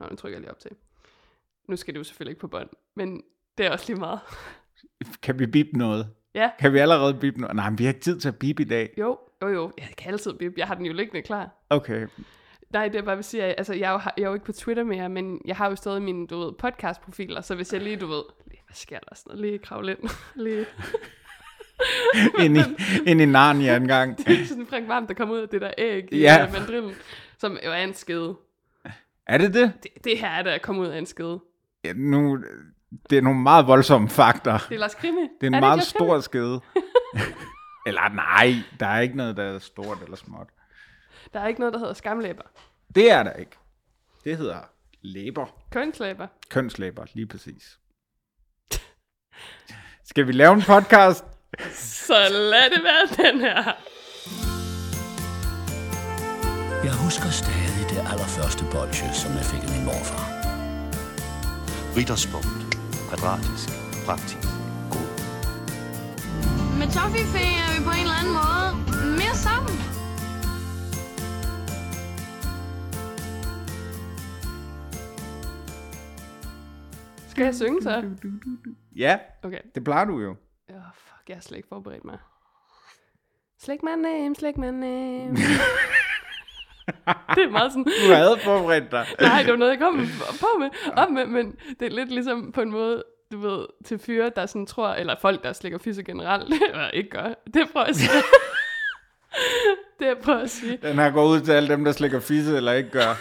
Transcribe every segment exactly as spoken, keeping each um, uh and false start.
Nå, nu trykker jeg lige op til. Nu skal det jo selvfølgelig ikke på bånd, men det er også lige meget. Kan vi bippe noget? Ja. Kan vi allerede bippe noget? Nej, men vi har ikke tid til at bippe i dag. Jo, jo, jo. Jeg kan altid bippe. Jeg har den jo liggende klar. Okay. Nej, det er bare, vil sige, at altså, jeg, er jo, jeg er jo ikke på Twitter mere, men jeg har jo stadig mine, du ved, podcastprofiler, så hvis jeg lige, du ved, lige, hvad sker der sådan noget, lige kravle ind, lige... ind, i, ind i Narnia en gang. Det er sådan Frank Varm, der kommer ud af det der æg i ja. mandrillen, som jo er en skede. Er det det? Det, det her er der kommet ud af en skede. Ja, nu, det er nogle meget voldsomme fakter. Det er Lars Krimi. Det er en er meget det stor skede. Eller nej, der er ikke noget, der er stort eller småt. Der er ikke noget, der hedder skamlæber. Det er der ikke. Det hedder læber. Kønslæber. Kønslæber, lige præcis. Skal vi lave en podcast? Så lad det være den her. Jeg husker stadig det allerførste bolsje, som jeg fik af min morfar. Ritterspunkt. Kvadratisk. Praktisk. God. Med Toffifee er vi på en eller anden måde mere sammen. Skal jeg synge så? Ja, Okay. det plejer du jo. Åh, oh, fuck, jeg har slet ikke forberedt mig. Slæk my name, slæk my name. Det er meget sådan... Du havde forberedt dig. Nej, det var noget, jeg kom på med, op med, men det er lidt ligesom på en måde, du ved, til fyre, der sådan tror, eller folk, der slikker fisse generelt, eller ikke gør. Det prøver jeg at sige. Det jeg prøver at sige. Den her går ud til alle dem, der slikker fisse eller ikke gør.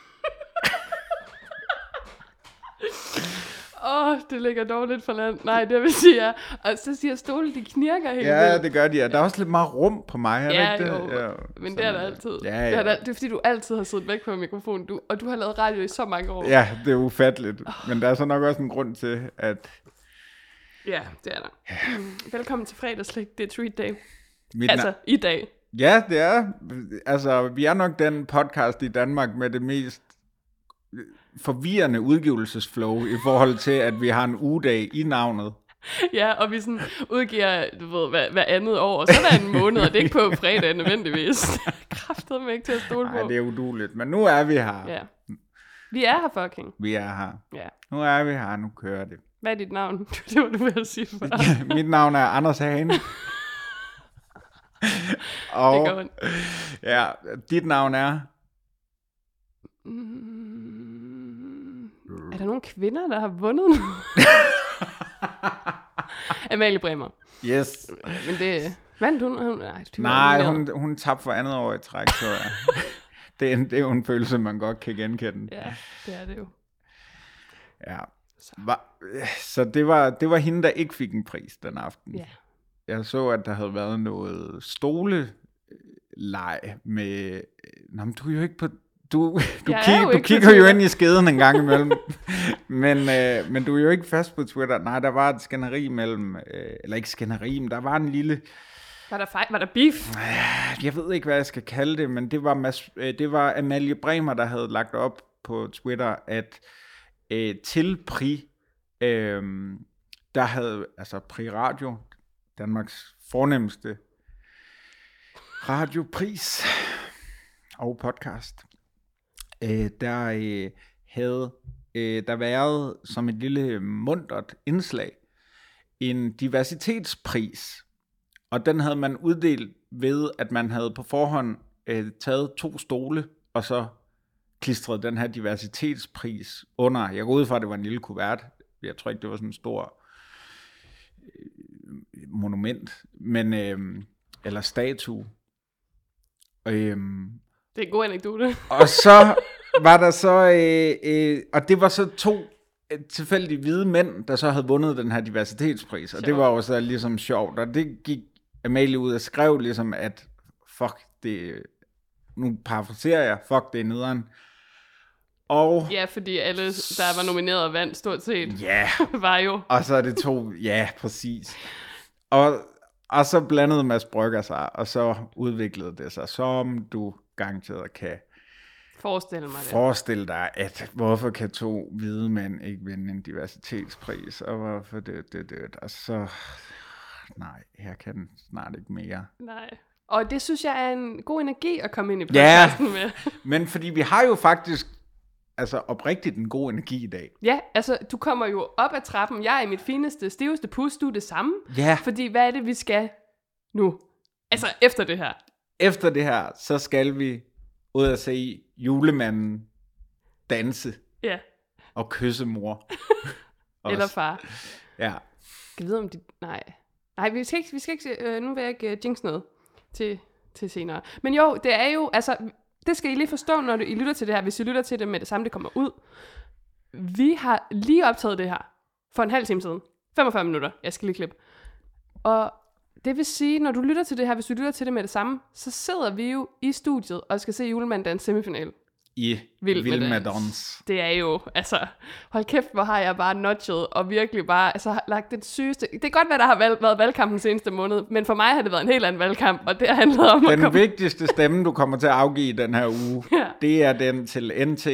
Åh, oh, det ligger dårligt for land. Nej, det vil sige, ja. Og så siger stole, de knirker helt Ja, vildt. det gør de. Ja. Der er også lidt meget rum på mig. Er Ja, det ikke jo, det? Ja, men det er der altid. Ja, ja. Det, er der, det er fordi, du altid har siddet væk fra mikrofonen, du, og du har lavet radio i så mange år. Ja, det er ufatteligt. Men der er så nok også en grund til, at... Ja, det er der. Mm. Velkommen til fredagslæg. Det er treat day. Mit Altså, na- i dag. Ja, det er. Altså, vi er nok den podcast i Danmark med det mest forvirrende udgivelsesflow i forhold til, at vi har en ugedag i navnet. Ja, og vi sådan udgiver, du ved, hver, hver andet år, og så er der en måned, og det er ikke på fredag nødvendigvis. Kraftedeme ikke til at stole på. Nej, det er udueligt, men nu er vi her. Ja. Vi er her, fucking. Vi er her. Ja. Nu er vi her, nu kører det. Hvad er dit navn? Det var du ved at sige før. Mit navn er Anders Hane. Og, Det går ondt. ja, dit navn er... Mm, er der nogle kvinder, der har vundet nu? Amalie Bremer. Yes. Men det... Vandt hun? hun nej, det var Nej, nomineret. hun, hun tabte for andet år i træk, så ja. det, er en, det er jo en følelse, man godt kan genkende. Ja, det er det jo. Ja. Var, så det var, det var hende, der ikke fik en pris den aften. Ja. Jeg så, at der havde været noget stoleleg med... Nå, men du er jo ikke på... Du, du, Jeg er kig, jo du ikke på kigger jo Twitter. ind i skeden en gang imellem. men, øh, men du er jo ikke fast på Twitter. Nej, der var et skænderi mellem... Øh, eller ikke skænderi, men der var en lille... Var der fejl? Var der beef? Jeg ved ikke, hvad jeg skal kalde det, men det var, Mas, øh, det var Amalie Bremer, der havde lagt op på Twitter, at øh, til Pri, øh, der havde, altså Pri Radio, Danmarks fornemmeste radiopris og podcast, øh, der øh, havde øh, der været som et lille muntert indslag en diversitetspris. Og den havde man uddelt ved, at man havde på forhånd øh, taget to stole, og så klistret den her diversitetspris under. Jeg går ud fra, at det var en lille kuvert. Jeg tror ikke, det var sådan en stor øh, monument, men, øh, eller statue. Øh, Det er en god anekdote. og så var der så, øh, øh, og det var så to tilfældige hvide mænd, der så havde vundet den her diversitetspris, og Sjovt. det var jo så ligesom sjovt, og det gik Amalie ud og skrev ligesom, at fuck, det, nu parafraserer jeg, fuck, det er nederen. Og Ja, fordi alle, der var nomineret og vandt stort set, ja, var jo... og så er det to, ja, præcis. Og, og så blandede Mads Brygger sig, og så udviklede det sig, som du garanteret kan Forestil mig det. forestille dig, at hvorfor kan to hvide mænd ikke vinde en diversitetspris, og hvorfor det, det, det, og så, nej, jeg kan snart ikke mere. Nej. Og det synes jeg er en god energi at komme ind i Ja. podcasten med. Men fordi vi har jo faktisk altså oprigtigt en god energi i dag. Ja, altså, du kommer jo op ad trappen. Jeg er i mit fineste, stiveste pus. Du er det samme. Ja. Fordi hvad er det, vi skal nu? Altså, efter det her. Efter det her, så skal vi ud og se julemanden danse Ja. og kysse mor. Eller far. Ja. Kan jeg vide, om de... Nej. Nej, vi skal ikke... Vi skal ikke øh, nu vil jeg ikke uh, jinx noget til, til senere. Men jo, det er jo... Altså, det skal I lige forstå, når I lytter til det her. Hvis I lytter til det med det samme, det kommer ud. Vi har lige optaget det her for en halv time siden. femogfyrre minutter. Jeg skal lige klippe. Og det vil sige, når du lytter til det her, hvis du lytter til det med det samme, så sidder vi jo i studiet og skal se julemanden dans semifinal. I Vild med Vild med dans. dans. Det er jo, altså, hold kæft, hvor har jeg bare nudget og virkelig bare, altså, har lagt det sygeste. Det kan godt være, der har valg, været valgkamp den seneste måned, men for mig har det været en helt anden valgkamp, og det har handlet om Den at komme... vigtigste stemme, du kommer til at afgive den her uge, Ja. det er den til N T.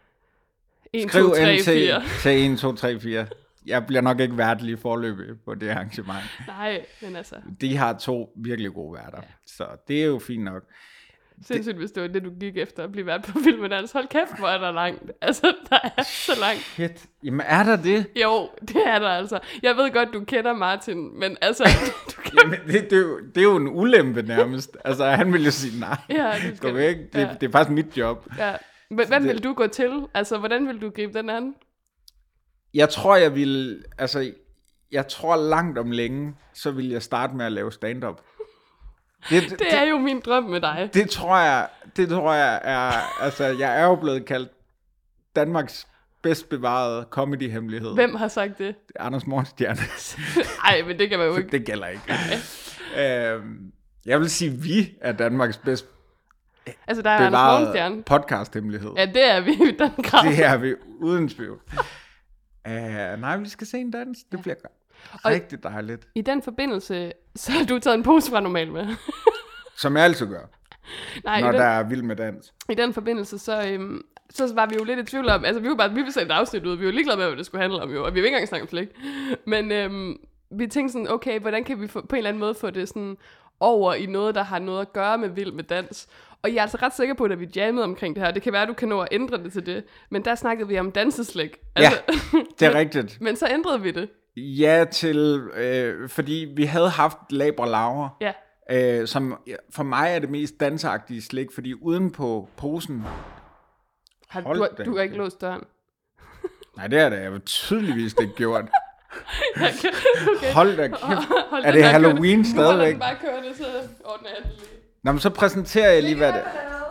en, Skriv to, tre, N T fire. til en, to, tre, fire. Jeg bliver nok ikke værtelig forløbig på det arrangement. Nej, men altså, De har to virkelig gode værter, ja. Så det er jo fint nok. sindssygt, hvis det var det, du gik efter at blive vært på Vild med Dans. Hold kæft, hvor er der langt. Altså, der er så langt. Shit. Jamen er der det? Jo, det er der altså. Jeg ved godt, du kender Martin, men altså, du kan... Jamen, det, det, er jo, det er jo en ulempe nærmest. Altså han vil jo sige nej. Ja, det Skal skal du ikke? Det, ja. det er faktisk mit job. Ja. Men hvem vil du gå til? Altså, hvordan vil du gribe den an? Jeg tror, jeg vil, altså, jeg tror langt om længe, så vil jeg starte med at lave stand-up. Det, det, Det er jo min drøm med dig. det tror jeg, det tror jeg er, altså, jeg er jo blevet kaldt Danmarks bedst bevarede comedy-hemmelighed. Hvem har sagt det? Det er Anders Morgenstjerne. Nej, men det kan man jo ikke. Det gælder ikke. øhm, jeg vil sige, at vi er Danmarks bedst Altså, der er Anders bevarede Morgenstjerne. podcast-hemmelighed. Ja, det er vi i den grad. Det er vi uden tvivl. Uh, nej, vi skal se en dans. Det bliver Og- rigtig dejligt. I den forbindelse, så har du taget en pose fra normal med. Som jeg altid gør, Nej, når i den, der er vild med dans. i den forbindelse, så, øhm, så var vi jo lidt i tvivl om, altså vi var bare, vi ville sætte et afsnit ud, vi var ligeglade med, hvad det skulle handle om jo, og vi vil ikke engang snakke om slik. Men øhm, vi tænkte sådan, okay, hvordan kan vi få, på en eller anden måde få det sådan over i noget, der har noget at gøre med vild med dans. Og jeg er altså ret sikker på, at vi jammede omkring det her. Det kan være, at du kan nå at ændre det til det. Men der snakkede vi om danseslik. Altså, Ja, det er rigtigt. men så ændrede vi det. Ja, til, øh, fordi vi havde haft Labre Laure, Ja. øh, som for mig er det mest dansagtige slik, fordi uden på posen, Har, Hold du, har- da du har ikke låst døren. nej, det er det, jeg har tydeligvis ikke gjort. Jeg kan, okay. Hold da kæft. Hold Er den det bare Halloween kørende. Nu holder stadigvæk? den bare kørende, så ordner jeg det lige. Nå, men så præsenterer jeg lige, hvad det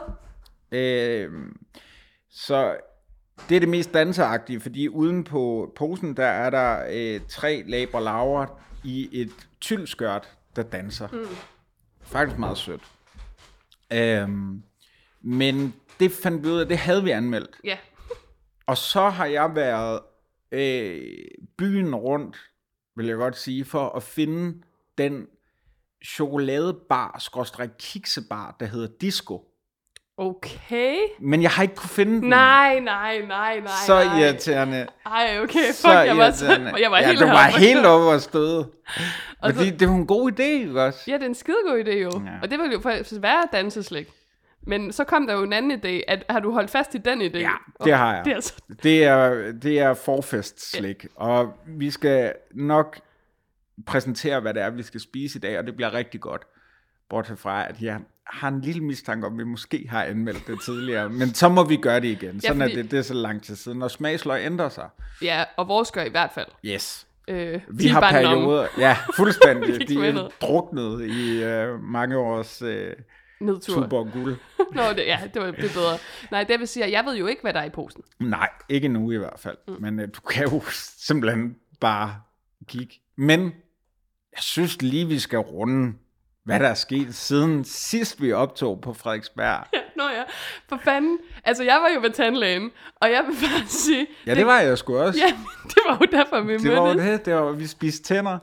er. Øh, så det er det mest danseagtige, fordi uden på posen, der er der øh, tre Labre Laure i et tyldskørt, der danser. Mm. Faktisk meget sødt. Øh, men det fandt vi ud af, det havde vi anmeldt. Ja. Og så har jeg været øh, byen rundt, vil jeg godt sige, for at finde den chokoladebar, skråstreg kiksebar, der hedder Disco. Okay. Men jeg har ikke kunne finde den. Nej, nej, nej, nej. Så nej. irriterende. Ej, okay. Fuck, Så jeg var, så, irriterende. jeg var ja, helt du var heroppe. helt oppe og støde. Og Fordi så- det var en god idé, ikke også? Ja, det er en skidegod idé jo. Ja. Og det ville jo faktisk være danseslik. Men så kom der jo en anden idé. At, har du holdt fast i den idé? Ja, det har jeg. Det er så... Det er, det er forfestslik, ja. Og vi skal nok præsentere, hvad det er, vi skal spise i dag, og det bliver rigtig godt. Bortset fra, at jeg har en lille mistanke om, at vi måske har anmeldt det tidligere, men så må vi gøre det igen. Sådan fordi- er det, det er så lang tid siden, og smagsløg ændrer sig. Ja, og vores gør i hvert fald. Yes. Øh, Vi har T-banen om perioder, ja, fuldstændig. Fik De smittet. er druknet i øh, mange års øh, Nedtur. Tuborg guld. Nå, det, ja, det var det er bedre. Nej, det vil sige, at jeg ved jo ikke, hvad der er i posen. Nej, ikke nu i hvert fald. Mm. Men øh, du kan jo simpelthen bare kigge. Men jeg synes lige, vi skal runde, hvad der er sket siden sidst vi optog på Frederiksberg. Ja, nå ja, for fanden. Altså, jeg var jo ved tandlægen, og jeg vil bare sige... Ja, det var jeg sgu også. Ja, det var jo derfor, vi det var jo mødtes. det, det var, vi spiste tænder.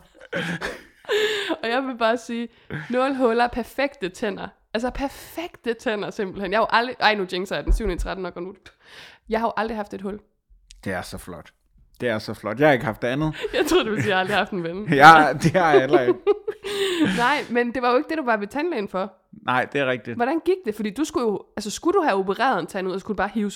Og jeg vil bare sige, nul huller, perfekte tænder. Altså, perfekte tænder, simpelthen. Jeg har jo aldrig... Ej, nu jinxer jeg den syvende i trettende og går nu. Jeg har jo aldrig haft et hul. Det er så flot. Det er så flot. Jeg har ikke haft andet. Jeg troede, du ville sige, at jeg aldrig har haft en ven. Ja, det har jeg heller ikke. Nej, men det var jo ikke det, du var ved tandlægen for. Nej, det er rigtigt. Hvordan gik det? Fordi du skulle jo... Altså, skulle du have opereret en tand ud, og skulle du bare hives ud?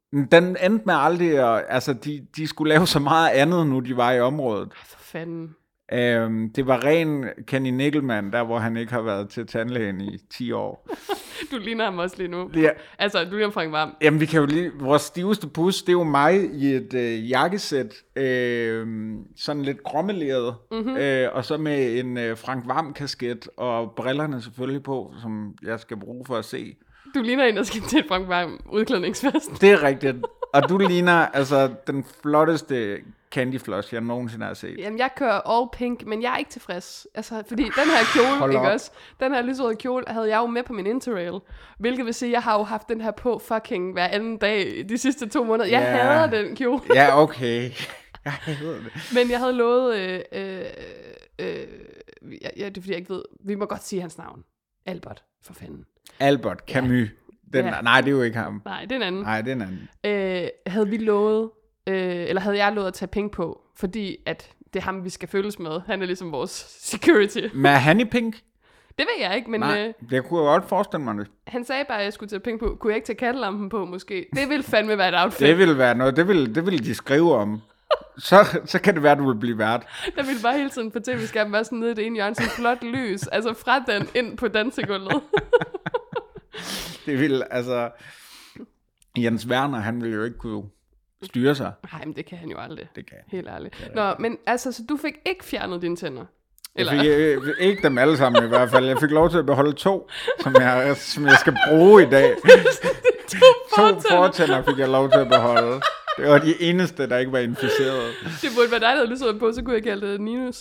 Den endte med aldrig, at, altså de, de skulle lave så meget andet, nu de var i området. For fanden. Øhm, det var ren Kenny Nickelman, der hvor han ikke har været til tandlægen i ti år. Du ligner ham også lige nu. Ja. Altså, du ligner Frank Hvam. Jamen, vi kan jo lige... Vores stiveste pus, det er jo mig i et øh, jakkesæt, øh, sådan lidt grommeleret, mm-hmm. øh, og så med en øh, Frank Hvam-kasket, og brillerne selvfølgelig på, som jeg skal bruge for at se. Du ligner en, der skal til et Frank Hvam udklædningsfest. Det er rigtigt. Og du ligner altså den flotteste Candy Floss, jeg nogensinde har set. Jamen, jeg kører all pink, men jeg er ikke tilfreds. Altså, fordi den her kjole, ikke også? Den her lyserøde kjole havde jeg jo med på min Interrail. Hvilket vil sige, at jeg har jo haft den her på fucking hver anden dag de sidste to måneder. Jeg Ja. hader den kjole. Ja, okay. Jeg hader det. Men jeg havde lovet... Øh, øh, øh, ja, ja, det er fordi, jeg ikke ved... Vi må godt sige hans navn. Albert, for fanden. Albert Camus. Den, Ja. Nej, det er jo ikke ham. Nej, det er en anden. Nej, det er en anden. Øh, havde vi lovet... Øh, eller havde jeg lovet at tage penge på, fordi at det er ham, vi skal følges med. Han er ligesom vores security. Med Honey Pink? Det ved jeg ikke, men Nej, øh, det kunne jeg godt forestille mig det. han sagde bare, at jeg skulle tage penge på. Kunne jeg ikke tage kattelampen på, måske? Det ville fandme være et outfit. Det ville være noget, det ville, det ville de skrive om. Så, så kan det være, at du vil blive vært. Der ville bare hele tiden på tv-skærmen være sådan nede i det ene hjørne, sådan flot lys. Altså fra den ind på dansegulvet. Det ville, altså... Jens Werner, han ville jo ikke kunne styre sig. Nej, men det kan han jo aldrig. Det kan han. Helt ærligt. Nå, men altså, så du fik ikke fjernet dine tænder? Eller? Jeg fik øh, ikke dem alle sammen i hvert fald. Jeg fik lov til at beholde to, som jeg, som jeg skal bruge i dag. to To fortænder fik jeg lov til at beholde. Det var de eneste, der ikke var inficeret. Det burde være dig, der havde lyst på, så kunne jeg kalde det Ninus.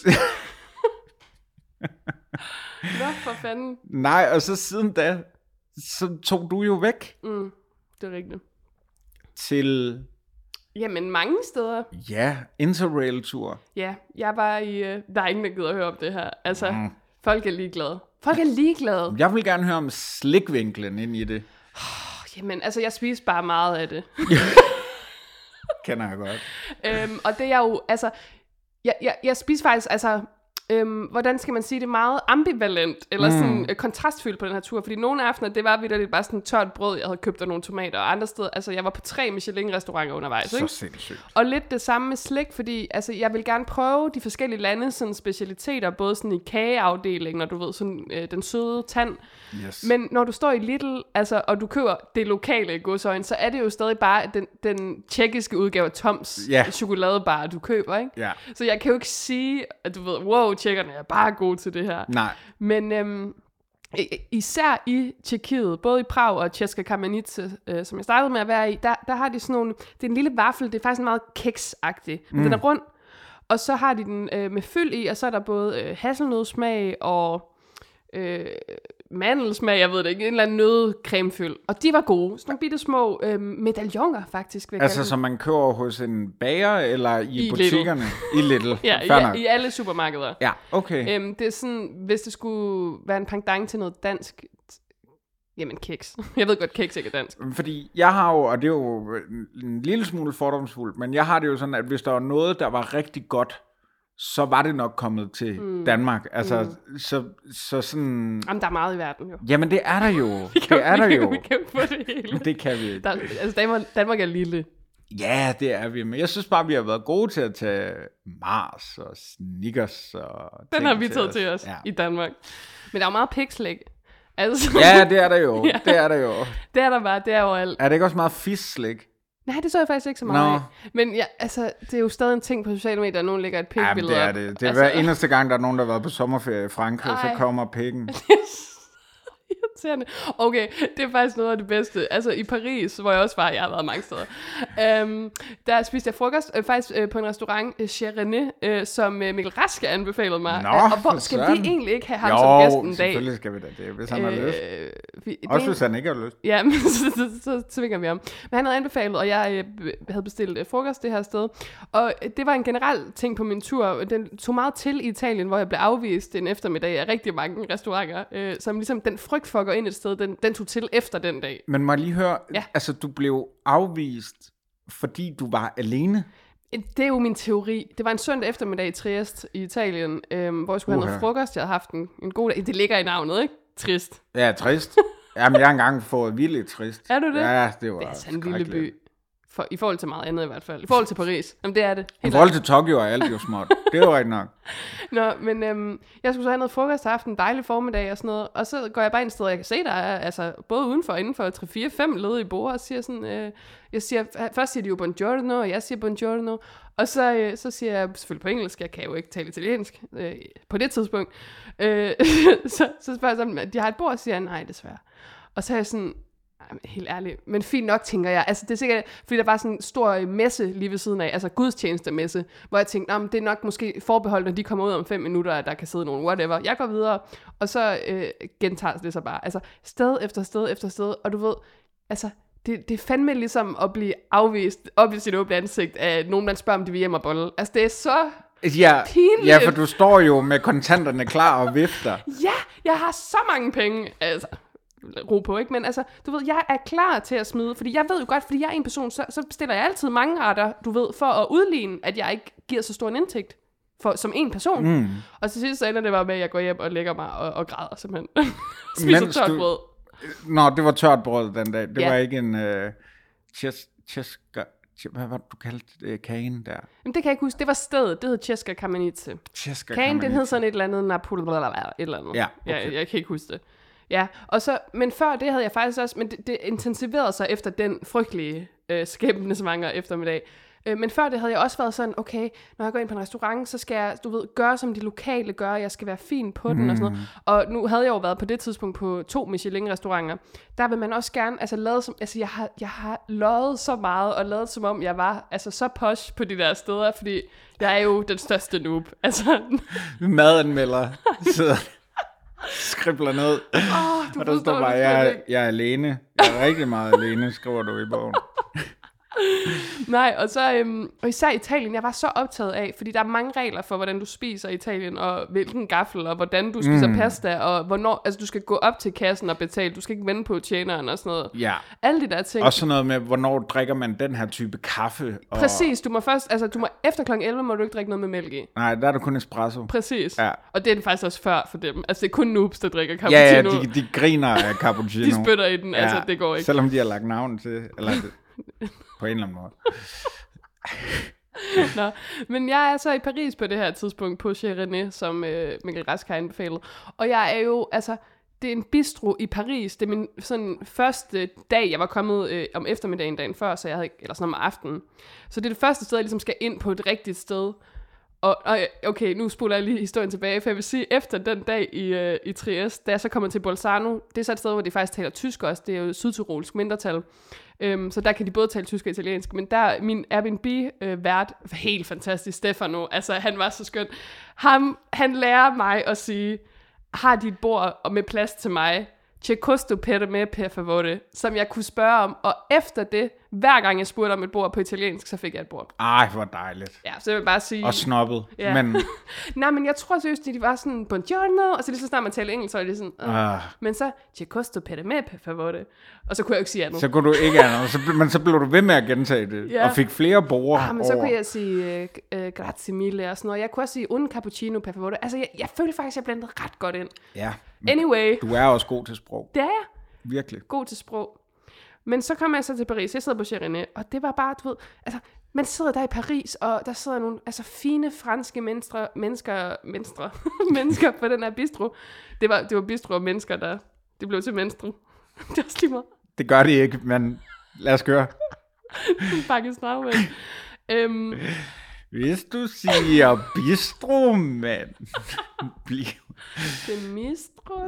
Nå, for fanden. Nej, og så siden da, så tog du jo væk Mm, det er rigtigt. til, Jamen, mange steder. ja, Interrail-tur. Ja, jeg var i... Øh, der er ingen, der gider at høre om det her. Altså, Mm. folk er ligeglade. Folk er ligeglade. Jeg vil gerne høre om slikvinklen ind i det. Jamen, altså, jeg spiser bare meget af det. Kender jeg godt. øhm, og det er jo, altså... Jeg, jeg, jeg spiser faktisk, altså... Øhm, hvordan skal man sige det, meget ambivalent, eller mm. sådan øh, kontrastfyldt på den her tur, fordi nogle aftener, det var vitterligt bare sådan tørt brød, jeg havde købt af nogle tomater, og andre steder, altså jeg var på tre Michelin-restauranter undervejs, Så ikke? sindssygt. Og lidt det samme med slik, fordi altså, jeg vil gerne prøve de forskellige lande sådan specialiteter, både sådan i kageafdelingen, og du ved, sådan øh, den søde tand. Yes. Men når du står i Lidl, altså, og du køber det lokale i godsøjne, så er det jo stadig bare den, den tjekkiske udgave af Toms Ja. chokoladebar, du køber, ikke? Ja. Så jeg kan jo ikke sige, at du ved, wow, tjekkerne er bare gode til det her. Nej. Men øhm, især i Tjekkiet, både i Prag og Česká Kamenice, øh, som jeg startede med at være i, der, der har de sådan nogle, det er en lille vaffel, det er faktisk meget keksagtig, men mm. den er rund, og så har de den øh, med fyld i, og så er der både øh, hasselnødsmag og øh, mandelsmag, jeg ved det ikke, en eller anden nødcremefyld, og de var gode, sådan nogle bitte små øh, medaljoner faktisk. Vil jeg Altså, kalde som man køber hos en bager, eller i, I butikkerne? I Lidl. dem. Ja, Fair nok. i, i alle supermarkeder. Ja, okay. Øhm, det er sådan, hvis det skulle være en pendant til noget dansk, jamen kiks. Jeg ved godt, kiks ikke er dansk. Fordi jeg har jo, og det er jo en lille smule fordomsfuldt, men jeg har det jo sådan, at hvis der var noget, der var rigtig godt, så var det nok kommet til mm. Danmark. Altså, mm. så, så sådan... Jamen, der er meget i verden, jo. Jamen, det er der jo. Vi kan, det er der vi kan, jo. Vi kan få det hele. Det kan vi ikke. Der, altså, Danmark, Danmark er lille. Ja, det er vi. Men jeg synes bare, vi har været gode til at tage Mars og Snickers og Den ting har vi taget til os ja. i Danmark. Men der er jo meget pikslæg. Altså, Ja, det er der jo. Ja. Det er der jo. det er der bare, det er overalt. Er det ikke også meget fisk-slik? Nej, det så jeg faktisk ikke så meget Nå. af. Men ja, altså, det er jo stadig en ting på sociale medier, at nogen lægger et Jamen, pikbillede det er op. det. Det er altså, hver eneste gang, der er nogen, der har været på sommerferie i Frankrig, Ej. så kommer pikken. irriterende. Okay, det er faktisk noget af det bedste. Altså i Paris, hvor jeg også var, jeg har været mange steder, øhm, der spiste jeg frokost, øh, faktisk øh, på en restaurant, øh, Chez René, øh, som øh, Mikkel Raske anbefalede mig. Nå, øh, og hvor for skal søren. vi egentlig ikke have ham jo, som gæst en dag? selvfølgelig skal vi da det, hvis han har lyst. Øh, vi, Også det, hvis han ikke har lyst. Ja, men så, så, så, så tvinger vi om. Men han havde anbefalet, og jeg øh, havde bestilt øh, frokost det her sted. Og øh, det var en generel ting på min tur. Den tog meget til i Italien, hvor jeg blev afvist en eftermiddag af rigtig mange restauranter. Øh, som ligesom den frygt for at gå ind et sted, den, den tog til efter den dag. Men må jeg lige høre, Ja. altså du blev afvist, fordi du var alene? Det er jo min teori. Det var en søndag eftermiddag i Trieste i Italien, øh, hvor jeg skulle have Uha. noget frokost. Jeg havde haft en, en god dag. Det ligger i navnet, ikke? Trist. Ja, trist. Jamen, jeg har engang fået vildt trist. Er du det? Ja, det var Det er sådan en lille skrækkeligt. by. For, I forhold til meget andet i hvert fald. I forhold til Paris. Jamen, det er det. I forhold til Tokyo er alt jo småt. Det er jo rigtig nok. Nå, men øhm, jeg skulle så have noget frokost og haft en dejlig formiddag og sådan noget. Og så går jeg bare ind et sted, og jeg kan se, der er altså, både udenfor og indenfor tre fire fem ledige borde, og siger sådan, øh, jeg siger, først siger de jo buongiorno, og jeg siger buongiorno. Og så, øh, så siger jeg selvfølgelig på engelsk, jeg kan jo ikke tale italiensk øh, på det tidspunkt. Øh, så, så spørger jeg sådan, de har et bord, og siger jeg, nej, desværre. Og så er jeg sådan, helt ærligt, men fint nok, tænker jeg. Altså, det er sikkert, fordi der var sådan en stor messe lige ved siden af, altså gudstjenestemesse, hvor jeg tænkte, det er nok måske forbeholdt, når de kommer ud om fem minutter, at der kan sidde nogen, whatever. Jeg går videre, og så øh, gentager det så bare. Altså, sted efter sted efter sted, og du ved, altså, det, det er fandme ligesom at blive afvist op i sit åbne ansigt af nogen, man spørger, om de vil hjem og bolle. Altså, det er så ja, pinligt. ja, for du står jo med kontanterne klar og vifter. Ja, jeg har så mange penge, altså... ro på, ikke? Men altså, du ved, jeg er klar til at smide, fordi jeg ved jo godt, fordi jeg er en person, så, så bestiller jeg altid mange retter, du ved, for at udligne, at jeg ikke giver så stor en indtægt for, som en person. Mm. Og til sidst så ender det bare med, at jeg går hjem og lægger mig og, og græder simpelthen. Spiser Mens tørt du... brød. Nå, det var tørt brød den dag. Det ja. var ikke en uh, ches, cheska, hvad var det, du kaldte uh, kagen der? Jamen, det kan jeg ikke huske. Det var stedet. Det hed Cesca Kamenice. Cesca Kagen, Kamenice. den hed sådan et eller andet Napoli, et eller andet. Ja, okay. jeg, jeg kan ikke huske det. Ja, og så, men før det havde jeg faktisk også, men det, det intensiverede sig efter den frygtelige øh, skæbnesvanger eftermiddag. Øh, men før det havde jeg også været sådan, okay, når jeg går ind på en restaurant, så skal jeg, du ved, gøre som de lokale gør, jeg skal være fin på den mm. og sådan noget. Og nu havde jeg jo været på det tidspunkt på to Michelin-restauranter. Der vil man også gerne, altså lade som, altså jeg har, jeg har løjet så meget, og lavet som om jeg var, altså så posh på de der steder, fordi jeg er jo den største noob. Altså. Madanmelder sidder skribler ned. Oh, du og der står bare, jeg, jeg er alene. Jeg er rigtig meget alene, skriver du i bogen. Nej, og så øhm, og især Italien, jeg var så optaget af, fordi der er mange regler for, hvordan du spiser i Italien, og hvilken gaffel, og hvordan du spiser mm. pasta, og hvornår, altså du skal gå op til kassen og betale, du skal ikke vente på tjeneren og sådan noget. Ja. Alle de der ting. Og sådan noget med, hvornår drikker man den her type kaffe. Og... Præcis, du må først, altså du må, efter klokken elleve må du ikke drikke noget med mælk i. Nej, der er der kun espresso. Præcis, ja. Og det er faktisk også før for dem. Altså det er kun noobs, der drikker cappuccino. Ja, ja, de, de griner af cappuccino. De spytter i den, ja, altså det går ikke. Selvom de har lagt navn til, eller på en eller anden måde. Nå, men jeg er så i Paris på det her tidspunkt på Chez René, som øh, Mikkel Rask har anbefalet. Og jeg er jo, altså, det er en bistro i Paris. Det er min sådan første dag, jeg var kommet øh, om eftermiddagen dagen før, så jeg havde, eller sådan om aftenen. Så det er det første sted, jeg ligesom skal ind på et rigtigt sted. Og, og okay, nu spoler jeg lige historien tilbage, for jeg vil sige, efter den dag i, øh, i Trieste, da jeg så kommer til Bolzano, det er så et sted, hvor de faktisk taler tysk også, det er jo sydtyrolsk mindretal, øhm, så der kan de både tale tysk og italiensk, men der min Airbnb-vært, øh, helt fantastisk, Stefano, altså han var så skøn, Ham, han lærer mig at sige, har de et bord med plads til mig, C'è costo per me per favore, som jeg kunne spørge om, og efter det, hver gang jeg spurgte om et bord på italiensk, så fik jeg et bord. Ej, hvor dejligt. Ja, så jeg vil bare sige... Og snobbet, ja. men... Nej, men jeg tror seriøst, de var sådan, buongiorno, og så lige så snart man taler engelsk, så er det sådan, uh. Ah. Men så, C'è costo per me per favore, og så kunne jeg jo ikke sige andet. Så kunne du ikke andet, så, men så blev du ved med at gentage det, ja. og fik flere borde ah, men så over. kunne jeg sige, uh, uh, grazie mille og sådan noget. Jeg kunne også sige, un cappuccino per favore. Altså, jeg, jeg følte faktisk, jeg blandede ret godt ind. Ja. Anyway. Du er også god til sprog. Det er jeg. Virkelig. God til sprog. Men så kom jeg så til Paris. Jeg sidder på Chez René, og det var bare, du ved, altså, man sidder der i Paris, og der sidder nogle altså, fine franske mennesker, mennesker, mennesker, mennesker på den her bistro. Det var, det var bistro og mennesker, der det blev til mennesker. Det er også lige meget. Det gør det ikke, men lad os gøre. Bakke snart, øhm, Hvis du siger bistro, mand. Bliv. Det er bistro.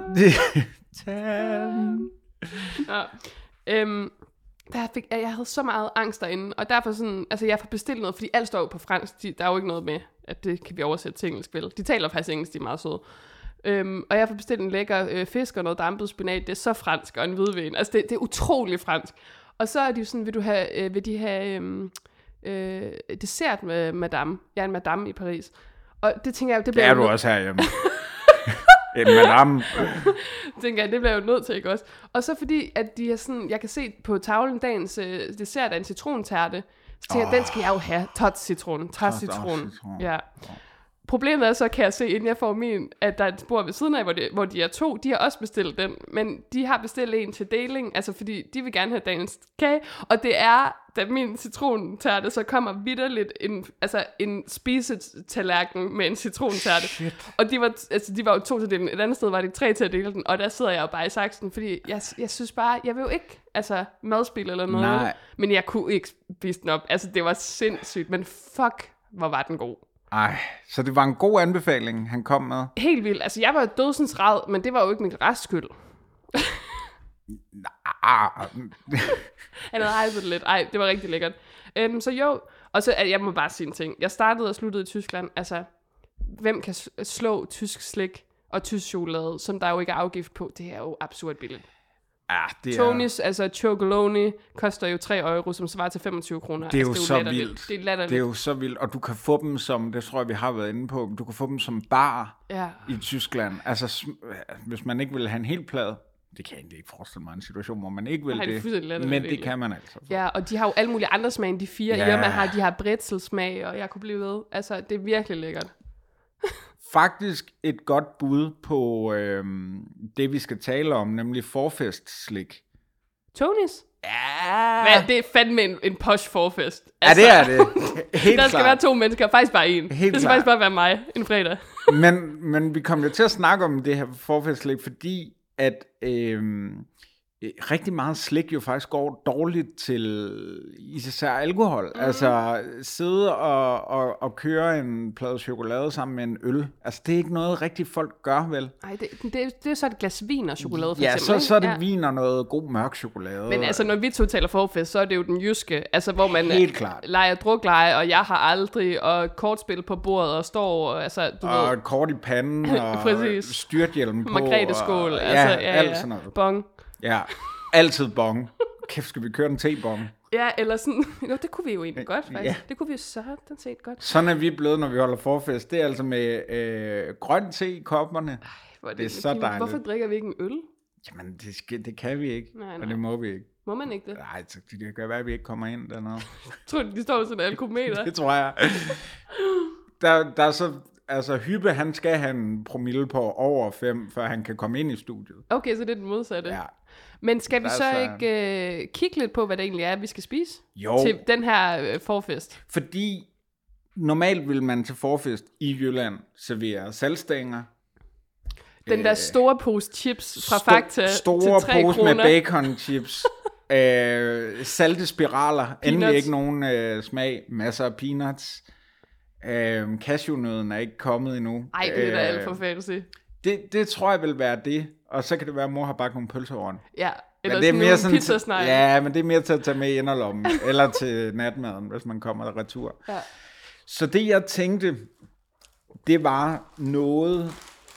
Tan. Ja. Øhm, der fik, jeg havde så meget angst derinde, og derfor sådan, altså jeg får bestilt noget, fordi alt står jo på fransk, de, der er jo ikke noget med, at det kan vi oversætte til engelsk, vel? De taler faktisk engelsk, de er meget søde. Øhm, og jeg får bestilt en lækker øh, fisk og noget dampet spinat, det er så fransk, og en hvidvin, altså det, det er utrolig fransk. Og så er de jo sådan, vil du have, øh, vil de have øh, øh, dessert med madame? Jeg er en madame i Paris. Og det tænker jeg, det bliver det er du nød- også herhjemme. En madame. tænker jeg, det bliver jo nødt til, ikke også? Og så fordi, at de er sådan, jeg kan se på tavlen dagens øh, dessert af en citrontærte, så tænker oh. jeg, den skal jeg jo have. Tot citron, tot citron. Ja. Problemet er så, kan jeg se, inden jeg får min, at der er et bord ved siden af, hvor de, hvor de er to, de har også bestilt den, men de har bestilt en til deling, altså fordi de vil gerne have dagens kage, og det er da min citrontærte så kommer vitterligt en, altså en spisetallerken med en citrontærte. Shit. Og de var, altså, de var jo to til at dele den. Et andet sted var de tre til at dele den. Og der sidder jeg jo bare i saksen, fordi jeg, jeg synes bare, jeg vil jo ikke altså, madspil eller noget. Nej. Men jeg kunne ikke spise den op. Altså, det var sindssygt. Men fuck, hvor var den god. Ej, så det var en god anbefaling, han kom med? Helt vildt. Altså, jeg var jo dødsens ræd, men det var jo ikke min restskyld. Ah. Han havde hejset det lidt. Ej, det var rigtig lækkert. Um, så jo, og så, jeg må bare sige en ting. Jeg startede og sluttede i Tyskland. Altså, hvem kan slå tysk slik og tysk chokolade, som der jo ikke er afgift på? Det er jo absurd billigt. Ja, det er... Tonys, altså chocolone, koster jo tre euro, som svarer til femogtyve kroner. Det er jo altså, det er så vildt. vildt. Det er latterligt. Det er jo så vildt, og du kan få dem som, det tror jeg, vi har været inde på, du kan få dem som bar ja. i Tyskland. Altså, hvis man ikke vil have en hel plade, det kan jeg egentlig ikke forestille mig en situation, hvor man ikke vil Nej, det, det men det kan man altså. Ja, og de har jo alle mulige andre smag end de fire. Ja. I og med har de har bretzelsmag, og jeg kunne blive ved. Altså, det er virkelig lækkert. Faktisk et godt bud på øhm, det, vi skal tale om, nemlig forfestslik. Tonys? Ja. Hvad, det er fandme en, en posh forfest. Altså, ja, det er det. Helt der skal klart. være to mennesker, faktisk bare en. Helt det skal klart. faktisk bare være mig en fredag. men, men vi kom jo til at snakke om det her forfestslik, fordi at øhm, rigtig meget slik jo faktisk går dårligt til især alkohol. Mm. Altså sidde og, og, og køre en plade chokolade sammen med en øl. Altså det er ikke noget rigtig folk gør, vel? Nej, det, det, det er så et glas vin og chokolade for ja, eksempel. Så, så er det ja. vin og noget god mørk chokolade. Men altså når vi to taler forfest, så er det jo den jyske. Altså hvor man Helt klart. leger drukleje, og jeg har aldrig, og kortspil på bordet og står, og, altså du og ved. kort i panden og styrthjelm på. Margrethe-skål. Og, altså, ja, ja, alt ja. sådan noget. Bong. Ja, altid bong. Kæft, skal vi køre en te-bong? Ja, eller sådan, jo, det kunne vi jo egentlig godt, faktisk. Ja. Det kunne vi jo sådan set godt. Sådan er vi blevet, når vi holder forfest. Det er altså med øh, grøn te i kopperne. Ej, hvor er det, det er så dejligt. Hvorfor drikker vi ikke en øl? Jamen, det, skal, det kan vi ikke, Nej, nej. og det må vi ikke. Må man ikke det? Nej, det kan være, at vi ikke kommer ind dernede. Tror du, de står sådan en alkometer? Det tror jeg. Der, der er så, altså Hyppe, han skal have en promille på over fem, før han kan komme ind i studiet. Okay, så det er den modsatte. Ja. Men skal vi Der er så så- ikke øh, kigge lidt på, hvad det egentlig er, vi skal spise? Jo. Til den her øh, forfest. Fordi normalt vil man til forfest i Jylland servere saltstænger. Den der store pose chips fra Sto- Fakta store til tre pose kroner. med bacon chips. øh, salte spiraler. Endelig ikke nogen øh, smag. Masser af peanuts. Øh, cashewnøden er ikke kommet endnu. Ej, det er da Øh, alt for fancy. det, det tror jeg vil være det. Og så kan det være, at mor har bagt nogle pølser over den. Ja, eller Men det er sådan mere en sådan pizzasnegl. Ja, men det er mere til at tage med i inderlommen. Eller til natmaden, hvis man kommer retur. Ja. Så det jeg tænkte, det var noget,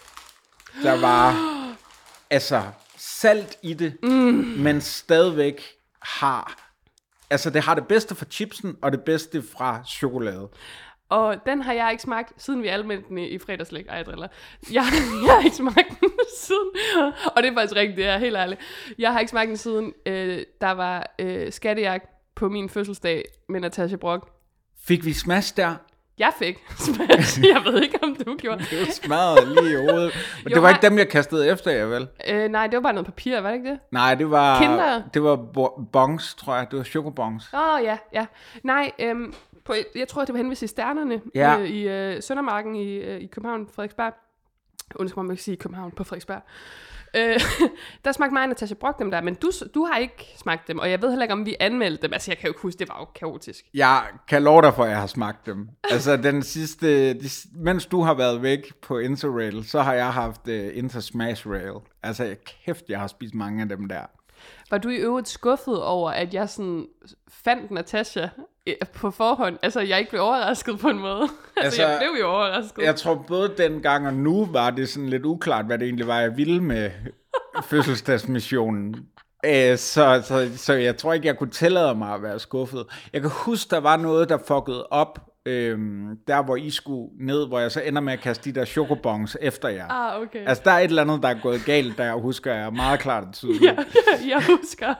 der var altså salt i det, mm. men stadigvæk har, altså det har det bedste fra chipsen, og det bedste fra chokolade. Og den har jeg ikke smagt, siden vi anmeldte den i, i fredagslæg. Ej, jeg driller. Jeg, jeg har ikke smagt den siden, og det er faktisk rigtigt, det er helt ærligt. Jeg har ikke smagt den siden, øh, der var øh, skattejagt på min fødselsdag med Natasha Brock. Fik vi smash der? Jeg fik smash. Jeg ved ikke, om du gjorde. Det var smadret lige i hovedet. Men Jo, det var nej. ikke dem, jeg kastede efter jer, vel? Øh, nej, det var bare noget papir, var det ikke det? Nej, det var, Kinder? det var bo- bongs, tror jeg. Det var chocobongs. Åh, oh, ja, ja. Nej, øhm, på, jeg tror, det var henvist i Stjernerne Ja. øh, i øh, Søndermarken i, øh, i København, Frederiksberg. Undskyld, man ikke sige København på Frederiksberg. Øh, der smagte mig og Natasha Brock dem der, men du, du har ikke smagt dem, og jeg ved heller ikke, om vi anmeldte dem. Altså, jeg kan jo ikke huske, det var jo kaotisk. Jeg kan love dig for, at jeg har smagt dem. Altså, den sidste, de, mens du har været væk på Interrail, så har jeg haft uh, Inter Smash Rail. Altså, kæft, jeg har spist mange af dem der. Var du i øvrigt skuffet over, at jeg sådan fandt Natasha øh, på forhånd? Altså, jeg ikke blev overrasket på en måde. altså, Altså, jeg blev jo overrasket. Jeg tror, både dengang og nu var det sådan lidt uklart, hvad det egentlig var, jeg ville med fødselsdagsmissionen. Æh, så, så, så jeg tror ikke, jeg kunne tillade mig at være skuffet. Jeg kan huske, der var noget, der fuckede op, øhm, der hvor I skulle ned, hvor jeg så ender med at kaste de der chocobongs efter jer. Ah, okay. Altså, der er et eller andet, der er gået galt, der jeg husker jeg meget klart og tydeligt. Ja, jeg husker,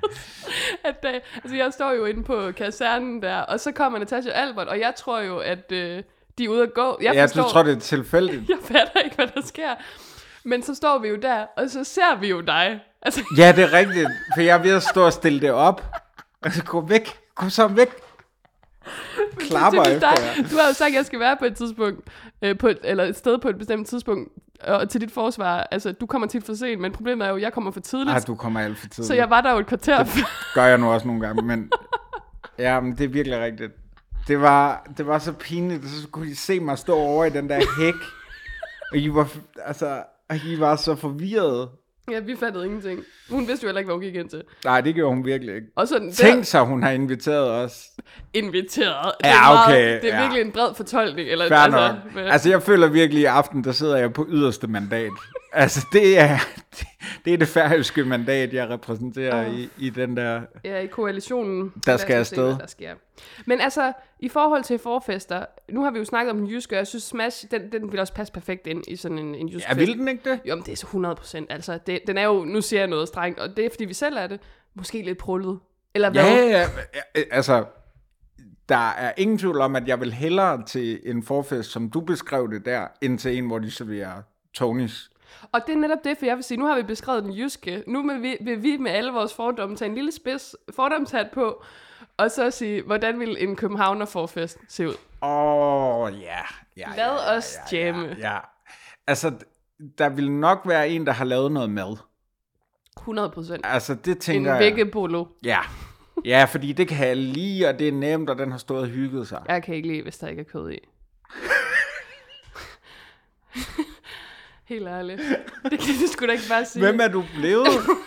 at øh, altså jeg står jo inde på kasernen der, og så kommer Natasha Albert, og jeg tror jo, at øh, de er ude at gå. Jeg Ja, forstår, du tror, det er tilfældigt. jeg fatter ikke, hvad der sker. Men så står vi jo der, og så ser vi jo dig. Altså, Ja, det er rigtigt, for jeg er ved at stå og stille det op. Altså, gå væk, Kom så væk. Klapper Typisk efter dig. jer. Du har jo sagt, at jeg skal være på et tidspunkt, øh, på et, eller et sted på et bestemt tidspunkt, og til dit forsvar, altså du kommer tit for sent, men problemet er jo, at jeg kommer for tidligt, Ej, du kommer alt for tidligt. så jeg var der jo et kvarter før. Gør jeg nu også nogle gange, men ja, men det er virkelig rigtigt. Det var, det var så pinligt, så kunne I se mig stå over i den der hæk, og I var, altså, og I var så forvirrede. Ja, vi fattede ingenting. Hun vidste jo heller ikke, hvad hun gik ind til. Nej, det gjorde hun virkelig ikke. Og sådan, Tænk sig, hun har inviteret os. Inviteret. Ja, Det er meget- okay, Det er ja. virkelig en bred fortolkning. Eller, Fair altså, nok. men- Altså, jeg føler virkelig, i aften, der sidder jeg på yderste mandat. Altså, det er det, det, er det færøske mandat, jeg repræsenterer Åh. i, i den der... Ja, i koalitionen. Der Lad skal os se, afsted. hvad der sker. Men altså, i forhold til forfester, nu har vi jo snakket om den jyske, og jeg synes Smash, den, den vil også passe perfekt ind i sådan en, en jysk Ja, fest. vil den ikke det? Jo, men det er så hundrede procent. Altså, det, den er jo, nu siger jeg noget strengt, og det er fordi vi selv er det, måske lidt prullet. Eller hvad? Ja, ja, ja, altså... Der er ingen tvivl om, at jeg vil hellere til en forfest, som du beskrev det der, end til en, hvor de serverer Tonys. Og det er netop det, for jeg vil sige, nu har vi beskrevet den jyske. Nu vil vi, vil vi med alle vores fordomme tage en lille spids fordomshat på, og så sige, hvordan vil en københavner forfest se ud? Åh, oh, ja. ja. Lad ja, os ja, jamme. Ja, ja. Altså, der vil nok være en, der har lavet noget mad. hundrede procent. Altså, det En tænker jeg... vækkebolo. Ja. Ja, fordi det kan jeg lide, og det er nemt, og den har stået og hygget sig. Jeg kan ikke lide, hvis der ikke er kød i. Helt ærligt. Det kan du sgu da ikke bare sige. Hvem er du blevet?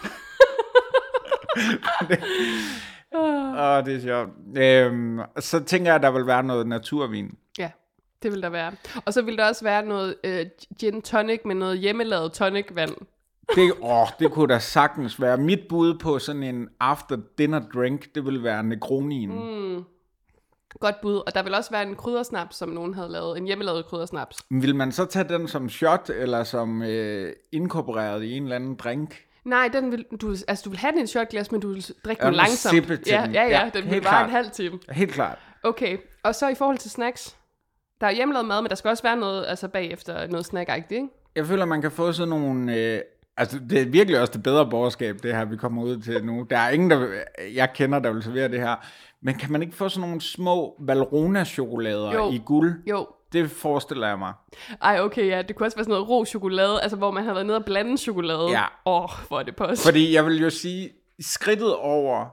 Åh, oh, det er sjovt. Øhm, så tænker jeg, at der vil være noget naturvin. Ja, det vil der være. Og så vil der også være noget øh, gin tonic med noget hjemmelavet tonicvand. Det, åh, det kunne da sagtens være. Mit bud på sådan en after dinner drink, det vil være Negronien. Mm. Godt bud. Og der vil også være en kryddersnaps, som nogen havde lavet. En hjemmelavet kryddersnaps. Vil man så tage den som shot, eller som øh, inkorporeret i en eller anden drink? Nej, den vil, du, altså, du vil have den i en shotglas, men du vil drikke Ja, den langsomt. sippe til Ja, den. ja, ja, Ja, den vil helt bare klart. en halv time. Helt klart. Okay, og så i forhold til snacks. Der er hjemmelavet mad, men der skal også være noget altså bagefter, noget snack-agtigt, ikke? Jeg føler, man kan få sådan nogle... Øh, altså, det er virkelig også det bedre borgerskab, det her, vi kommer ud til nu. Der er ingen, der jeg kender, der vil servere det her. Men kan man ikke få sådan nogle små Valrhona-chokolader Jo. i guld? Jo. Det forestiller jeg mig. Ej, okay, ja. Det kunne også være sådan noget rå chokolade, altså hvor man har været nede og blande chokolade. Ja. Åh, oh, hvor er det post. Fordi jeg vil jo sige, skridtet over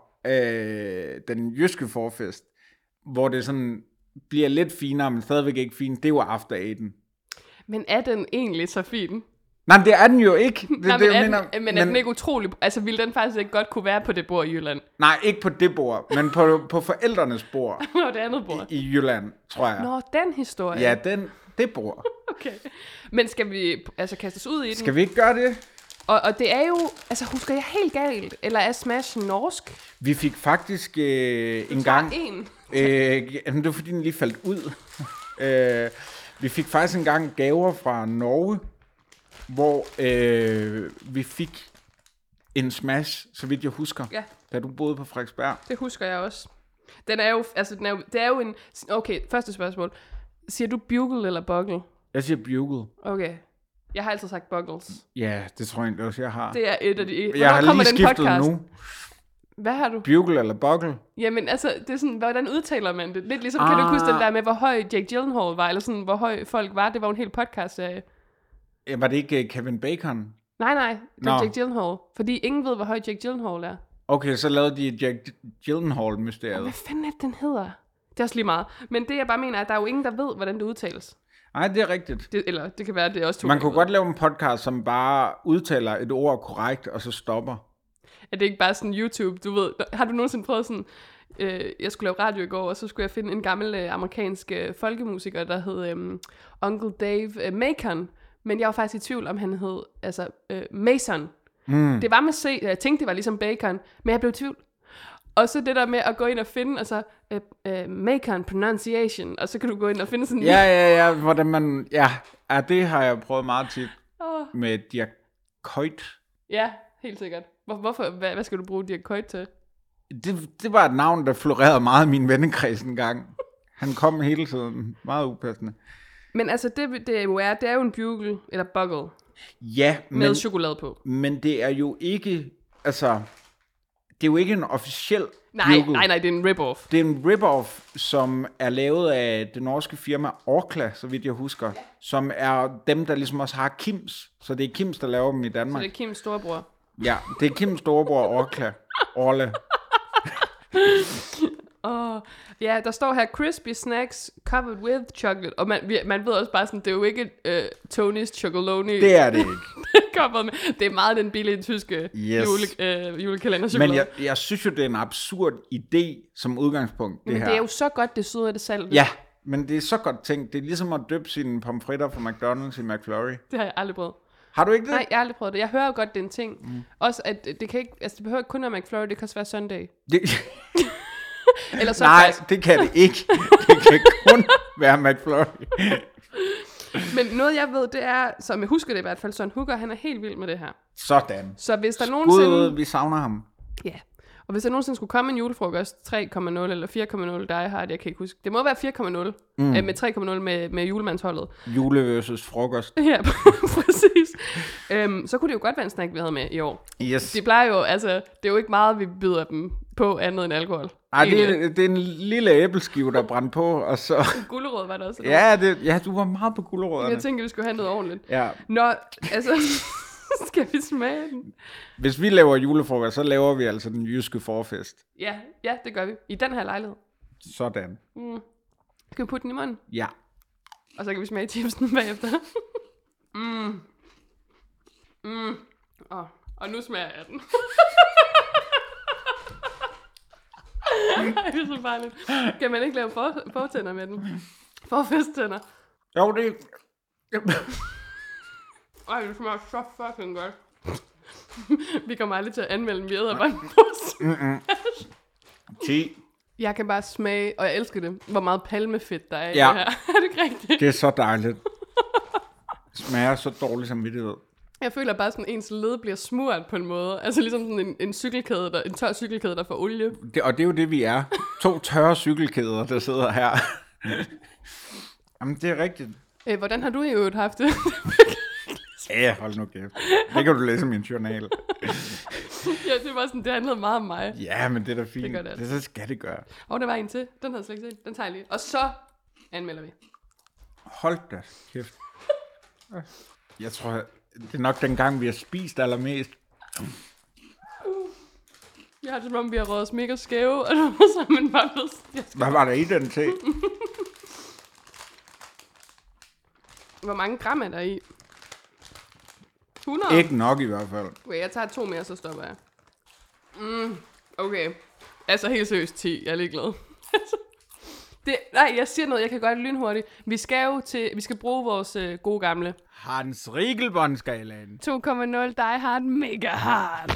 øh, den jyske forfest, hvor det sådan bliver lidt finere, men stadigvæk ikke fint, det er jo after eighten. Men er den egentlig så fin? Nej, men det er den jo ikke. Det, Nej, det, men, jeg er den, mener, men er den ikke utrolig... Altså, ville den faktisk ikke godt kunne være på det bord i Jylland? Nej, ikke på det bord, men på, på forældrenes bord Nå, det andet bord. i, i Jylland, tror jeg. Nå, den historie. Ja, den, det bord. Okay. Men skal vi altså kaste os ud i den? Skal vi ikke gøre det? Og, og det er jo... Altså, husker jeg helt galt? Eller er Smash norsk? Vi fik faktisk øh, en Der gang... er en. Øh, jamen, det var fordi, den lige faldt ud. øh, vi fik faktisk en gang gaver fra Norge, hvor øh, vi fik en Smash, så vidt jeg husker, Ja. da du boede på Frederiksberg. Det husker jeg også. Den er jo... Altså, den er jo, det er jo en... Okay, første spørgsmål. Siger du bugle eller bugle? Jeg siger bugle. Okay. Jeg har altid sagt buggles. Ja, det tror jeg egentlig også, jeg har. Det er et af de... Hvornår jeg har kommer lige den skiftet podcast? nu. Hvad har du? Bugle eller bugle? Jamen, altså, det er sådan, hvordan udtaler man det? Lidt ligesom, ah. kan du ikke huske den der med, hvor høj Jake Gyllenhaal var, eller sådan, hvor høj folk var? Det var jo en hel podcast-serie. Ja, var det ikke Kevin Bacon? Nej, nej, det er Nå. Jake Gyllenhaal. Fordi ingen ved, hvor høj Jake Gyllenhaal er. Okay, så lavede de Jack Og Gyllenhaal-mysteriet. hvad fanden er det, den hedder? Det er også lige meget. Men det, jeg bare mener, er, at der er jo ingen, der ved, hvordan det udtales. Nej, det er rigtigt. Det, eller det kan være, at det er også to. Man der kunne ved. godt lave en podcast, som bare udtaler et ord korrekt, og så stopper. Er det ikke bare sådan YouTube, du ved? Har du nogensinde prøvet sådan... Øh, jeg skulle lave radio i går, og så skulle jeg finde en gammel øh, amerikansk øh, folkemusiker, der hed øh, Uncle Dave øh, Macon. Men jeg var faktisk i tvivl, om han hed altså, øh, Mason. Mm. Det var med C. Jeg tænkte, det var ligesom Bacon, men jeg blev i tvivl. Og så det der med at gå ind og finde, altså, øh, øh, Macon pronunciation, og så kan du gå ind og finde sådan... Ja, ja, ja, hvordan man... Ja, ja det har jeg prøvet meget tit Åh. med Dirk Kuyt. Ja, helt sikkert. Hvor, hvorfor, hvad, hvad skal du bruge Dirk Kuyt til? Det, det var et navn, der florerede meget i min vennekreds en gang. Han kom hele tiden. Meget upassende. Men altså, det, det, er, jo er, det er jo en bugle, eller bugle, Ja, med men, chokolade på. men det er jo ikke... Altså, det er jo ikke en officiel Nej, Bugle. nej, nej, det er en rip-off. Det er en rip-off, som er lavet af det norske firma Orkla, så vidt jeg husker, som er dem, der ligesom også har Kims. Så det er Kims, der laver dem i Så Danmark. det er Kims storebror. Ja, det er Kims storebror Orkla. Orle. Oh, ja, der står her, crispy snacks covered with chocolate. Og man, vi- man ved også bare sådan, det er jo ikke uh, Tony's Chocolonely. Det er det ikke. covered med. Det er meget den billige tyske Yes. jule, uh, julekalenderchokolade. Men jeg, jeg synes jo, det er en absurd idé som udgangspunkt, det Men her. det er jo så godt, det søde af det salt. Ja, men det er så godt tænkt. Det er ligesom at døbe sine pomfritter fra McDonald's i McFlurry. Det har jeg aldrig prøvet. Har du ikke det? Nej, jeg har aldrig prøvet det. Jeg hører jo godt, det er en ting. Mm. Også at det kan ikke, altså det behøver ikke kun være McFlurry, det kan også være Sunday. det Eller så Nej, det kan det ikke. Det kan kun være McFlurry. Men noget jeg ved, det er, som jeg husker det i hvert fald, Søren Hooker, han er helt vild med det her. Sådan. Så hvis der Gud, nogensinde... vi savner ham. Ja. Og hvis der nogensinde skulle komme en julefrokost tre komma nul eller fire komma nul, Die Hard, jeg kan ikke huske. Det må være fire komma nul mm. øh, med tre komma nul med, med julemandsholdet. Jule versus frokost. Ja, præcis. øhm, så kunne det jo godt være en snack, vi havde med i år. Yes. De plejer jo, altså, det er jo ikke meget, vi byder dem på andet end alkohol. Ej, det, er, det er en lille æbleskive, der brændte på, og så... Gulerod var der også. Ja, det, ja, du var meget på gulerødderne. Jeg tænkte, vi skulle have noget ordentligt. Ja. Nå, altså, skal vi smage den? Hvis vi laver julefrokost, så laver vi altså den jyske forfest. Ja, ja, det gør vi. I den her lejlighed. Sådan. Mm. Skal vi putte den i munden? Ja. Og så kan vi smage chipsen bagefter. mm. Mm. Oh. Og nu smager jeg den. Ej, det er så farligt. Kan man ikke lave for, fortænder med den? Forfesttænder. Jo, det... Ej, det smager så fucking godt. Vi kommer aldrig til at anmelde den. Vi æder bare en pose. ti. Jeg kan bare smage, og jeg elsker det, hvor meget palmefedt der er i Ja. det her. Er det ikke rigtigt? Det er så dejligt. Det smager så dårligt som vittighed. Jeg føler bare sådan, ens led bliver smurt på en måde. Altså ligesom sådan en, en cykelkæde, der, en tør cykelkæde, der får olie. Det, og det er jo det, vi er. To tørre cykelkæder, der sidder her. Jamen, det er rigtigt. Øh, hvordan har du i øvrigt haft det? Ja, hold nu kæft. Det kan du læse i min journal. Ja, det var sådan, det handlede meget om mig. Ja, men det er da fint. Det gør det det, det skal det gøre. Og der var en til. Den havde jeg slet ikke set. Den tager jeg lige. Og så anmelder vi. Hold da kæft. Jeg tror, det er nok den gang, vi har spist allermest. Jeg har det som om, vi har røget os mega skæve, og det var så, man bare ved, jeg skal... Hvad var der i den til? Hvor mange gram er der i? hundrede? Ikke nok i hvert fald. Okay, jeg tager to mere, så stopper jeg. Mm, okay. Altså helt seriøst ti, jeg er ligeglad. det, nej, jeg siger noget, jeg kan gøre det lynhurtigt. Vi skal jo til, vi skal bruge vores øh, gode gamle Hans Riegelbåndskalaen. to komma nul Die Hard Mega Hard.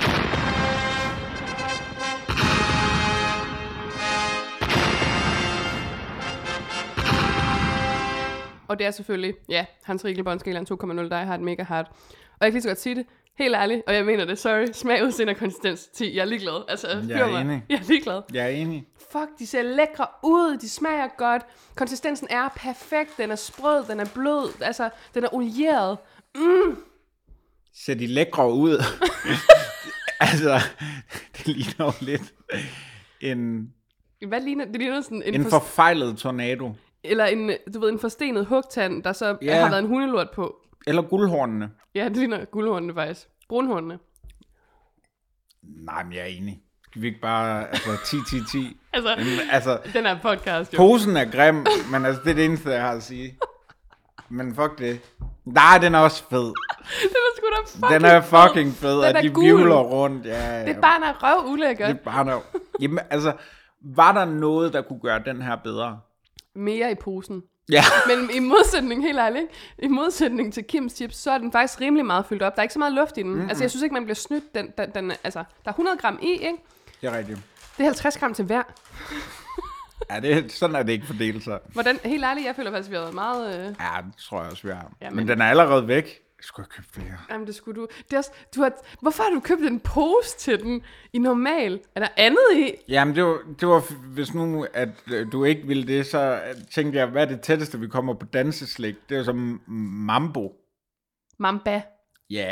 Og det er selvfølgelig, ja, Hans Riegelbåndskalaen to komma nul Die Hard Mega Hard. Og jeg kan lige så godt sige det, helt ærligt, og jeg mener det, sorry, smag, udseende og konsistens ti. Jeg er ligeglad. Altså, Jeg er fyr mig. enig. Jeg er ligeglad. Jeg er enig. Fuck, de ser lækre ud, de smager godt, konsistensen er perfekt, den er sprød, den er blød, altså, den er olieret. Mm. Ser de lækre ud? Altså, det ligner jo lidt en, Hvad ligner det? Ligner sådan en, en for, forfejlet tornado. eller en, du ved, en forstenet hugtand, der så Ja. har været en hundelort på. Eller guldhornene. Ja, det ligner guldhornene faktisk. Brunhornene. Nej, men jeg er enig. Skal vi ikke bare, altså ti, ti, ti. Altså, Men, altså, den her podcast jo. posen er grim, men altså, det er det eneste, jeg har at sige. Men fuck det. Nej, den er også fed. Det var sgu da fucking Den er fucking fed, Den at er de gul. vivler rundt. Ja, ja. Det er bare en røv ulækkert. Det er bare der. Jamen, altså, var der noget, der kunne gøre den her bedre? Mere i posen. Ja. Men i modsætning, helt ærligt, ikke? I modsætning til Kims chips, så er den faktisk rimelig meget fyldt op. Der er ikke så meget luft i den. Mm-hmm. Altså, jeg synes ikke, man bliver snydt. Den, den, den, altså, der er hundrede gram i, ikke? Det er rigtigt. Det er halvtreds gram til hver. Ja, det, sådan er det ikke fordelt sig. Hvordan, helt ærligt, jeg føler faktisk, vi har været meget... Øh... Ja, det tror jeg også, vi har. Ja, men... men- men den er allerede væk. Jeg skulle have købt flere. Jamen, det skulle du... Det er også, du har, hvorfor har du købt en pose til den i normal? Er der andet i? Jamen, det var, det var hvis nu, at øh, du ikke ville det, så tænkte jeg, hvad er det tætteste, vi kommer på danseslik? Det er jo som mambo. Mamba. Ja,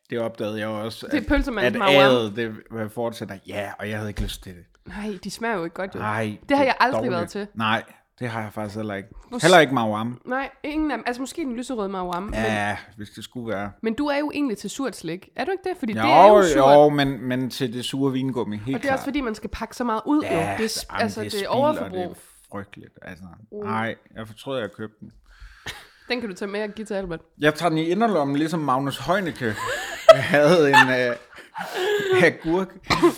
Det opdagede jeg også, Det er pølsemandens at Mawam. adet, det fortsætter. Ja, og jeg havde ikke lyst til det. Nej, de smager jo ikke godt, jo. Nej, Det har jeg aldrig dårligt. været til. Nej, det har jeg faktisk heller ikke. Hvor s- Heller ikke Mawam. Nej, ingen af dem. Altså måske den lyserøde Mawam. Men, Ja, hvis det skulle være. men du er jo egentlig til surt slik. Er du ikke det? Fordi Jo, det er jo surt. jo men, men til det sure vingummi, helt Og det er også klart. fordi, man skal pakke så meget ud, jo. Det er, s- jamen, altså, det, det er spild, overforbrug. og det er frygteligt. Altså, nej, jeg fortrød, at jeg købte den. Den kan du tage med og give til Albert. Jeg tager den i inderlommen, ligesom Magnus Heunicke havde en uh, agurk.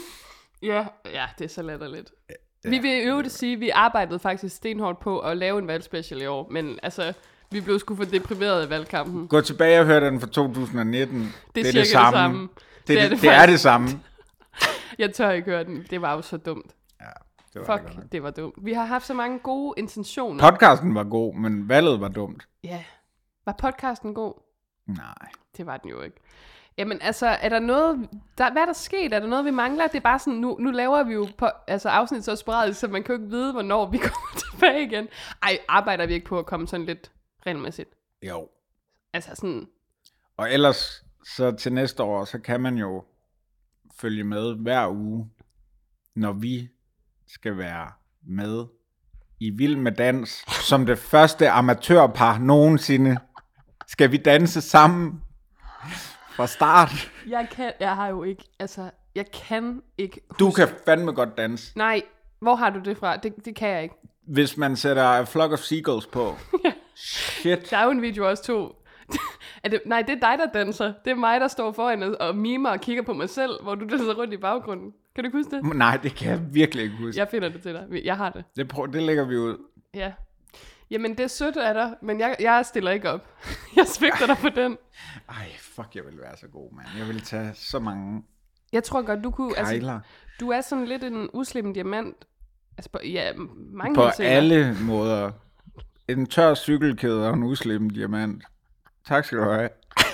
Ja, ja, det er så latterligt. Ja, vi vil i øvrigt sige, at vi arbejdede faktisk stenhårdt på at lave en valgspecial i år, men altså, vi blev sgu for deprimeret i valgkampen. Gå tilbage og hør den fra to tusind nitten. Det, Det er det er cirka det samme. det samme. Det, Det er det, det det, det er faktisk. det samme. Jeg tør ikke høre den. Det var jo så dumt. Ja, det var Fuck, det godt. det var dumt. Vi har haft så mange gode intentioner. Podcasten var god, men valget var dumt. Ja. Var podcasten god? Nej. Det var den jo ikke. Jamen altså, er der noget, der, hvad er der sket? Er der noget, vi mangler? Det er bare sådan, nu, nu laver vi jo på, altså afsnit så sporadisk, så man kan jo ikke vide, hvornår vi kommer tilbage igen. Ej, arbejder vi ikke på at komme sådan lidt regelmæssigt? Jo. Altså sådan, Og ellers, så til næste år, så kan man jo følge med hver uge, når vi skal være med i Vild med Dans, som det første amatørpar nogensinde. Skal vi danse sammen fra start? jeg kan, jeg har jo ikke, altså, jeg kan ikke huske. Du kan fandme godt danse. Nej, hvor har du det fra? Det, det kan jeg ikke. Hvis man sætter A Flock of Seagulls på. Shit. Der er jo en video også to. Er det, nej, det er dig, der danser. Det er mig, der står foran og, og mimer og kigger på mig selv, hvor du danser rundt i baggrunden. Kan du ikke huske det? Nej, det kan jeg virkelig ikke huske. Jeg finder det til dig. Jeg har det. Det, prøv, det lægger vi ud. Ja. Jamen, det er sødt af dig, men jeg, jeg stiller ikke op. Jeg svigter dig på den. Ej, fuck, jeg vil være så god, mand. Jeg vil tage så mange Jeg tror godt, du kunne... Altså, kejler. du er sådan lidt en uslimt diamant. Altså, på, ja, mange På henseender. alle måder. En tør cykelkæde og en uslimt diamant. Tak skal du have.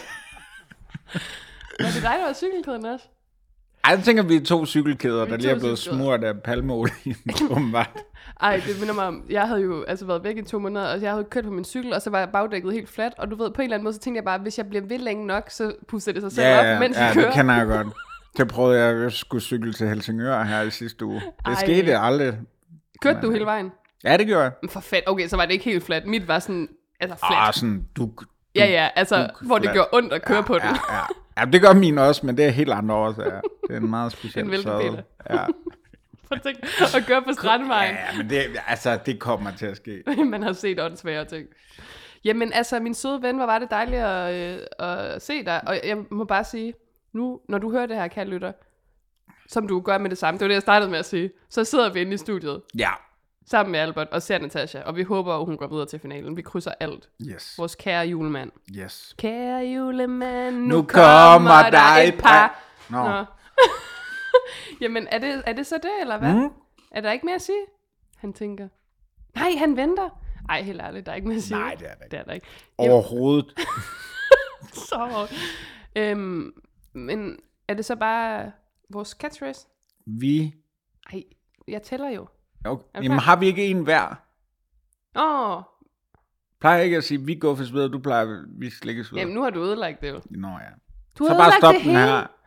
Var det dig, der var cykelkæden også? Ej, jeg tænker, vi er to cykelkæder, Vi der er lige er to blevet cykelkæder. smurt af palmeolie. Åbenbart. Ej, det minder mig om, jeg havde jo altså været væk i to måneder, og jeg havde kørt på min cykel, og så var jeg bagdækket helt fladt, og du ved, på en eller anden måde, så tænkte jeg bare, hvis jeg bliver ved længe nok, så puster det sig selv Ja, op, ja, mens ja, jeg kører. det kender jeg godt. Det prøvede jeg, jeg skulle cykle til Helsingør her i sidste uge. Det Ej. skete aldrig. Kørte du hele vejen? Ja, det gjorde jeg. Men for fedt. Okay, så var det ikke helt flat. Mit var sådan, altså flat. Ah, sådan, du, du, ja, ja, altså, du- hvor det flat. gjorde ondt at køre ja, på den. Ja, ja. ja, det gør min også, men det er helt andre årsager. Det er en meget speciel En væltet sadel. Peter. Ja. Prøv at tænke, at køre på Strandvejen. Ja, men det, altså, det kommer til at ske. Man har set åndssvære ting. Jamen altså, min søde ven, hvor var det dejligt at, øh, at se dig. Og jeg må bare sige, nu, når du hører det her, kære lytter, som du gør med det samme, det var det, jeg startede med at sige, så sidder vi inde i studiet, Ja. sammen med Albert og ser Natasha, og vi håber, at hun går videre til finalen. Vi krydser alt. Yes. Vores kære julemand. Yes. Kære julemand, nu, Nu kommer der et par. Nå. Nå. Jamen, er det, er det så det, eller hvad? Mm. Er der ikke mere at sige? Han tænker, nej, han venter. Ej, helt ærligt, der er ikke mere at sige. Nej, det er der ikke. Det er der ikke. Overhovedet. Så hårdt. Øhm, men er det så bare vores catchphrase? Vi... Ej, jeg tæller jo. Okay. Er du Jamen, klar? har vi ikke en hver? Åh, Plejer ikke at sige, vi går for videre, du plejer, vi slikkes videre. jamen nu har du ødelagt det jo. Nå ja. Du Så har bare ødelagt stop det den hele. her.